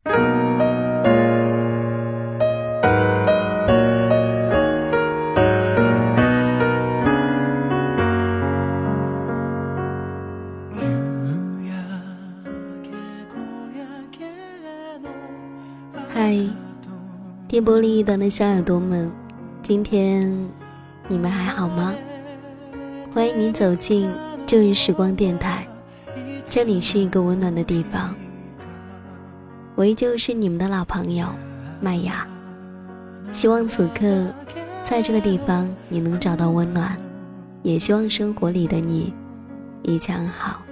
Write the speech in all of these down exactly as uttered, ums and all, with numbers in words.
嗨，电波另一端的小耳朵们，今天你们还好吗？欢迎你走进旧日时光电台，这里是一个温暖的地方。我依旧是你们的老朋友麦雅，希望此刻在这个地方你能找到温暖，也希望生活里的你一切安好。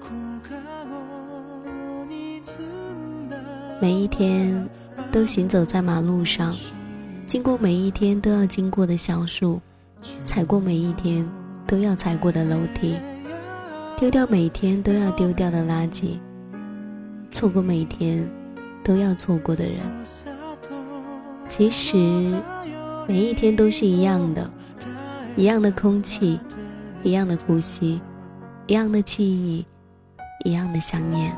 每一天都行走在马路上，经过每一天都要经过的小树，踩过每一天都要踩过的楼梯，丢掉每天都要丢掉的垃圾，错过每天都要错过的人。其实每一天都是一样的，一样的空气，一样的呼吸，一样的记忆，一样的想念。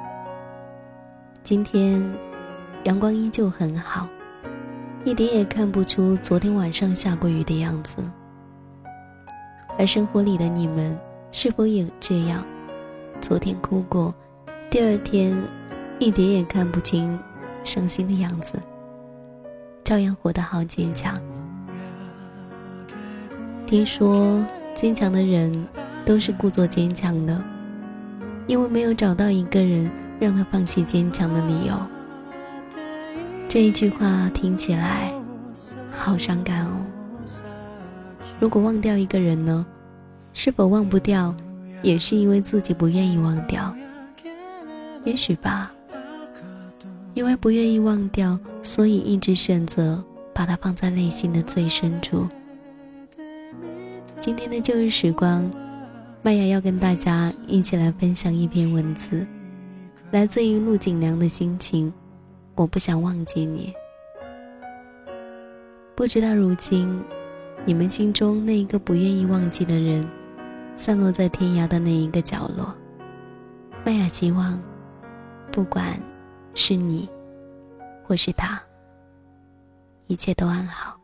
今天阳光依旧很好，一点也看不出昨天晚上下过雨的样子。而生活里的你们是否也这样？昨天哭过，第二天一点也看不清伤心的样子，照样活得好坚强。听说坚强的人都是故作坚强的，因为没有找到一个人让他放弃坚强的理由。这一句话听起来好伤感哦。如果忘掉一个人呢，是否忘不掉也是因为自己不愿意忘掉？也许吧，因为不愿意忘掉，所以一直选择把它放在内心的最深处。今天的旧日时光，麦雅要跟大家一起来分享一篇文字，来自于陆景良的心情，我不想忘记你。不知道如今你们心中那一个不愿意忘记的人散落在天涯的那一个角落，麦雅希望不管是你或是他，一切都安好。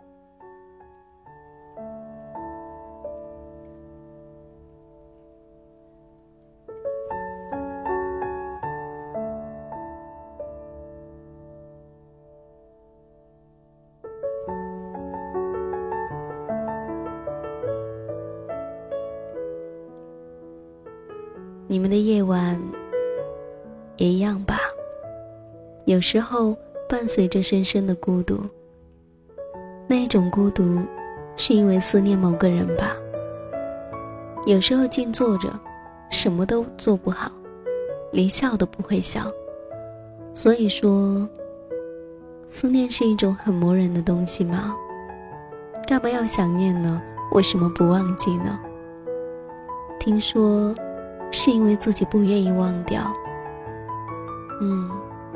你们的夜晚也一样吧，有时候伴随着深深的孤独。那一种孤独是因为思念某个人吧，有时候静坐着什么都做不好，连笑都不会笑。所以说思念是一种很磨人的东西吗？干嘛要想念呢？为什么不忘记呢？听说是因为自己不愿意忘掉，嗯，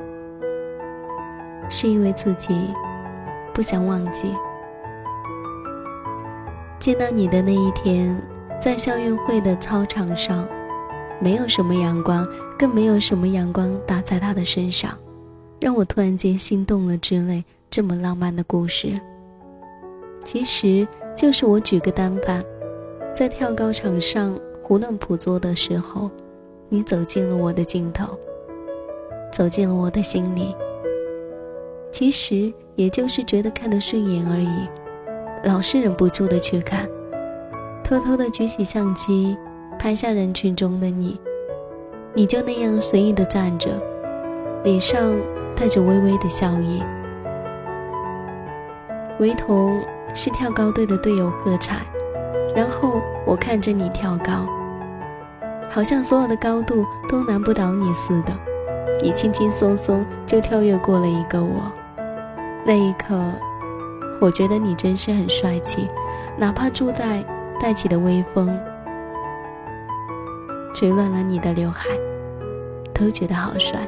是因为自己不想忘记。见到你的那一天，在校运会的操场上，没有什么阳光，更没有什么阳光打在他的身上，让我突然间心动了之类这么浪漫的故事。其实就是我举个单反，在跳高场上胡乱捕捉的时候，你走进了我的镜头，走进了我的心里。其实也就是觉得看得顺眼而已，老是忍不住的去看，偷偷的举起相机拍下人群中的你。你就那样随意的站着，脸上带着微微的笑意。唯同是跳高队的队友喝彩，然后我看着你跳高，好像所有的高度都难不倒你似的，你轻轻松松就跳跃过了一个我。那一刻我觉得你真是很帅气，哪怕住在带起的微风吹乱了你的刘海，都觉得好帅。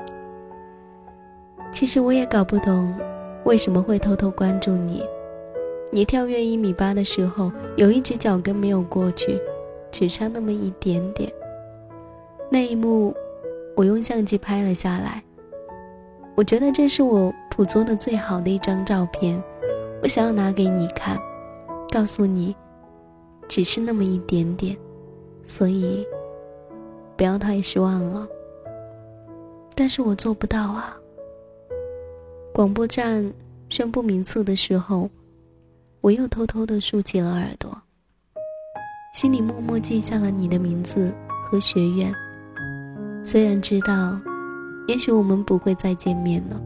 其实我也搞不懂为什么会偷偷关注你。你跳跃一米八的时候，有一只脚跟没有过去，只差那么一点点。那一幕我用相机拍了下来， 我觉得这是我捕捉的最好的一张照片，我想要拿给你看，告诉你只是那么一点点，所以不要太失望了。但是我做不到啊。广播站宣布名次的时候，我又偷偷地竖起了耳朵，心里默默记下了你的名字和学院，虽然知道也许我们不会再见面了。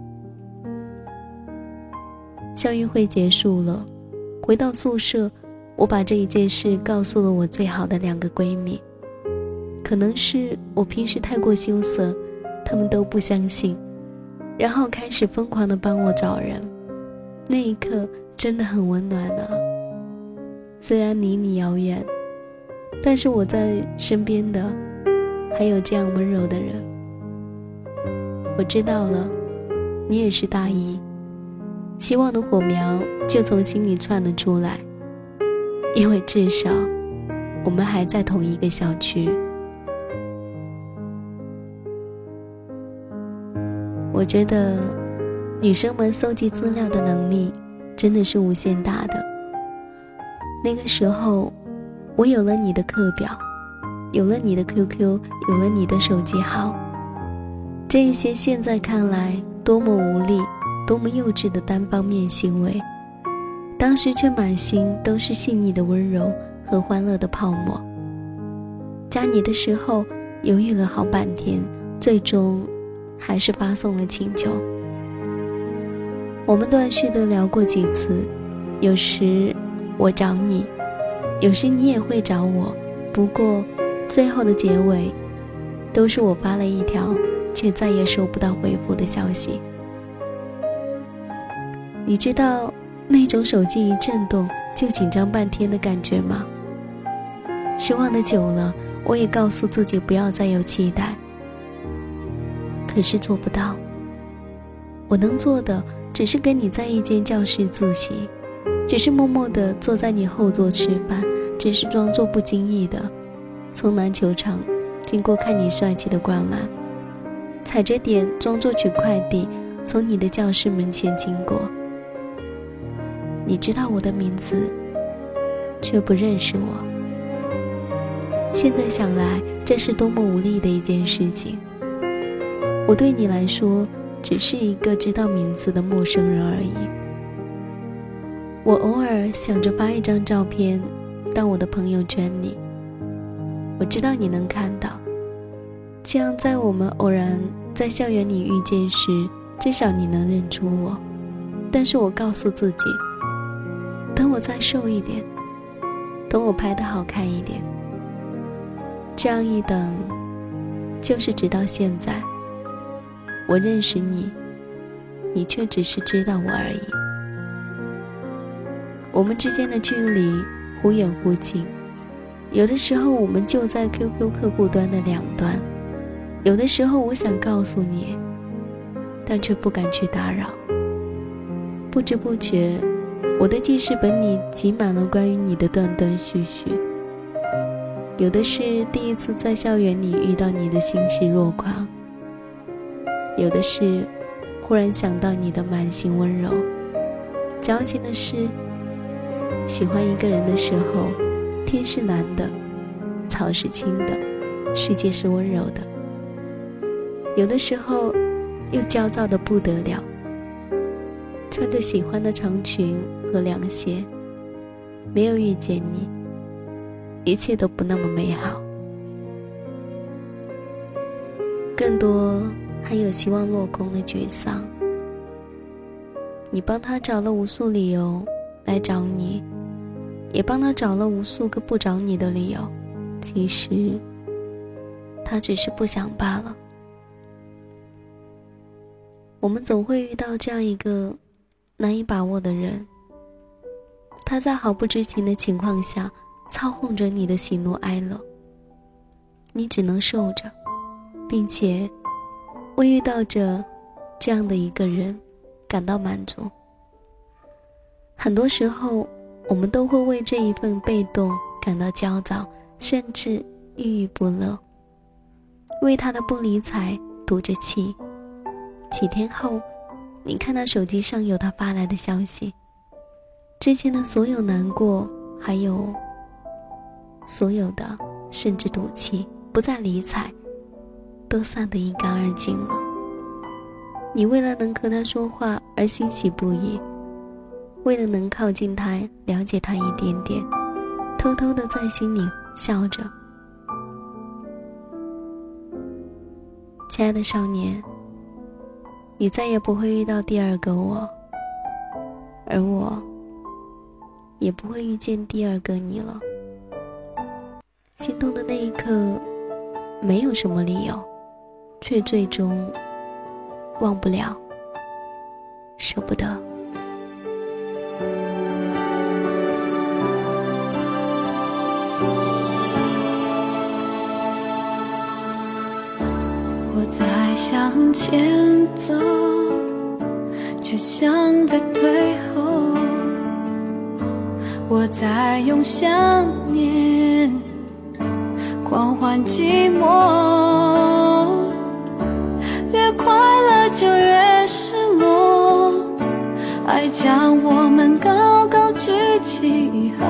校运会结束了，回到宿舍，我把这一件事告诉了我最好的两个闺蜜。可能是我平时太过羞涩，她们都不相信，然后开始疯狂地帮我找人。那一刻真的很温暖啊，虽然离你遥远，但是我在身边的还有这样温柔的人。我知道了，你也是大一，希望的火苗就从心里窜了出来，因为至少我们还在同一个校区。我觉得女生们搜集资料的能力真的是无限大的。那个时候我有了你的课表，有了你的 Q Q， 有了你的手机号，这一些现在看来多么无力多么幼稚的单方面行为，当时却满心都是细腻的温柔和欢乐的泡沫。加你的时候犹豫了好半天，最终还是发送了请求。我们断续的聊过几次，有时我找你，有时你也会找我，不过最后的结尾都是我发了一条却再也收不到回复的消息。你知道那种手机一震动就紧张半天的感觉吗？失望的久了，我也告诉自己不要再有期待，可是做不到。我能做的只是跟你在一间教室自习，只是默默地坐在你后座吃饭，只是装作不经意的从篮球场经过看你帅气的灌篮，踩着点装作取快递从你的教室门前经过。你知道我的名字，却不认识我。现在想来，这是多么无力的一件事情。我对你来说，只是一个知道名字的陌生人而已。我偶尔想着发一张照片到我的朋友圈里，我知道你能看到，这样在我们偶然在校园里遇见时，至少你能认出我。但是我告诉自己，等我再瘦一点，等我拍得好看一点，这样一等就是直到现在，我认识你，你却只是知道我而已。我们之间的距离忽远忽近，有的时候我们就在 Q Q 客户端的两端，有的时候我想告诉你，但却不敢去打扰。不知不觉，我的记事本里挤满了关于你的断断续续，有的是第一次在校园里遇到你的欣喜若狂，有的是忽然想到你的满心温柔。矫情的是，喜欢一个人的时候，天是蓝的，草是青的，世界是温柔的。有的时候又焦躁得不得了，穿着喜欢的长裙和凉鞋，没有遇见你，一切都不那么美好。更多还有希望落空的沮丧。你帮他找了无数理由来找你，也帮他找了无数个不找你的理由，其实他只是不想罢了。我们总会遇到这样一个难以把握的人，他在毫不知情的情况下操控着你的喜怒哀乐，你只能受着，并且为遇到着这样的一个人感到满足。很多时候我们都会为这一份被动感到焦躁，甚至郁郁不乐，为他的不理睬赌着气， 几天后，你看到手机上有他发来的消息，之前的所有难过，还有所有的甚至赌气，不再理睬，都散得一干二净了。你为了能和他说话而欣喜不已，为了能靠近他，了解他一点点，偷偷的在心里笑着。亲爱的少年，你再也不会遇到第二个我，而我也不会遇见第二个你了。心动的那一刻没有什么理由，却最终忘不了，舍不得。 我在向前走，却像在退后。我在用想念狂欢寂寞，越快乐就越失落，爱将我们高高举起以后，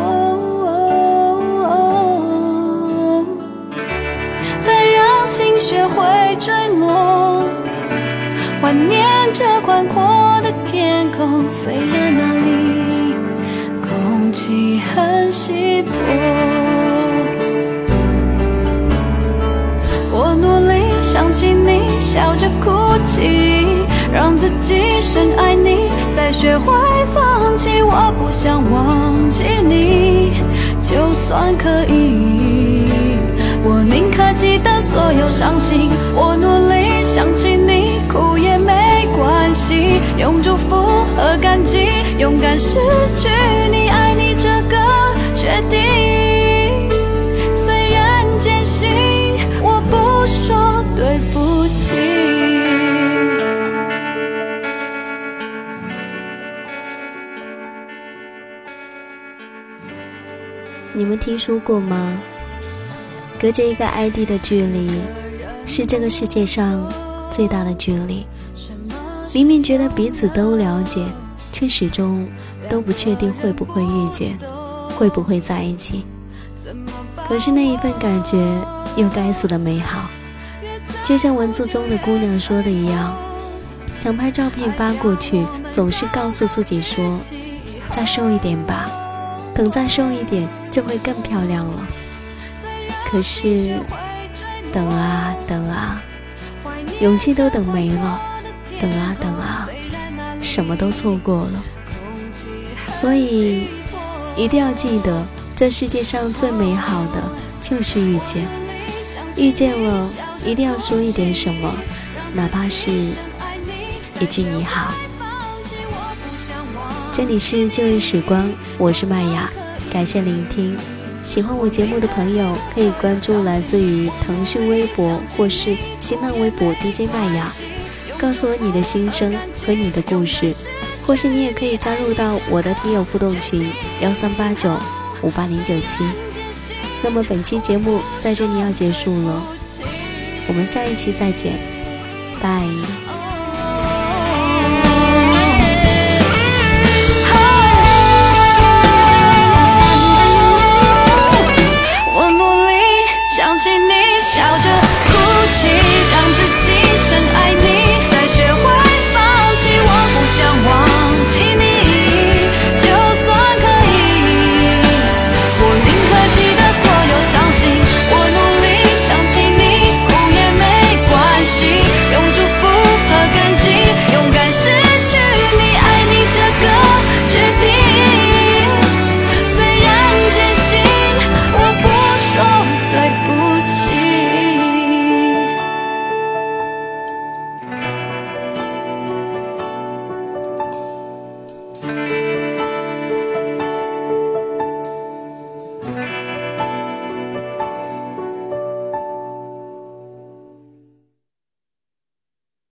再让心学会坠落，怀念着宽阔的天空。虽然那里空气很稀薄，我努力想起你，笑着哭泣，让自己深爱你，再学会放弃。我不想忘记你，就算可以，我宁可记得所有伤心。我努力想起你，哭也没关系，用祝福和感激勇敢失去你，爱你这个决定。虽然艰辛，我不说对不起。 你们听说过吗？隔着一个 I D 的距离，是这个世界上最大的距离。明明觉得彼此都了解，却始终都不确定会不会遇见，会不会在一起。可是那一份感觉又该死的美好，就像文字中的姑娘说的一样，想拍照片发过去，总是告诉自己说再瘦一点吧，等再瘦一点就会更漂亮了。可是等啊等啊，勇气都等没了，等啊等啊，什么都错过了。所以一定要记得，这世界上最美好的就是遇见，遇见了一定要说一点什么，哪怕是一句你好。这里是旧日时光，我是麦雅，感谢聆听。喜欢我节目的朋友可以关注来自于腾讯微博或是新浪微博 D J 麦雅，告诉我你的心声和你的故事，或是你也可以加入到我的听友互动群幺三八九五八零九七。那么本期节目在这里要结束了，我们下一期再见，拜。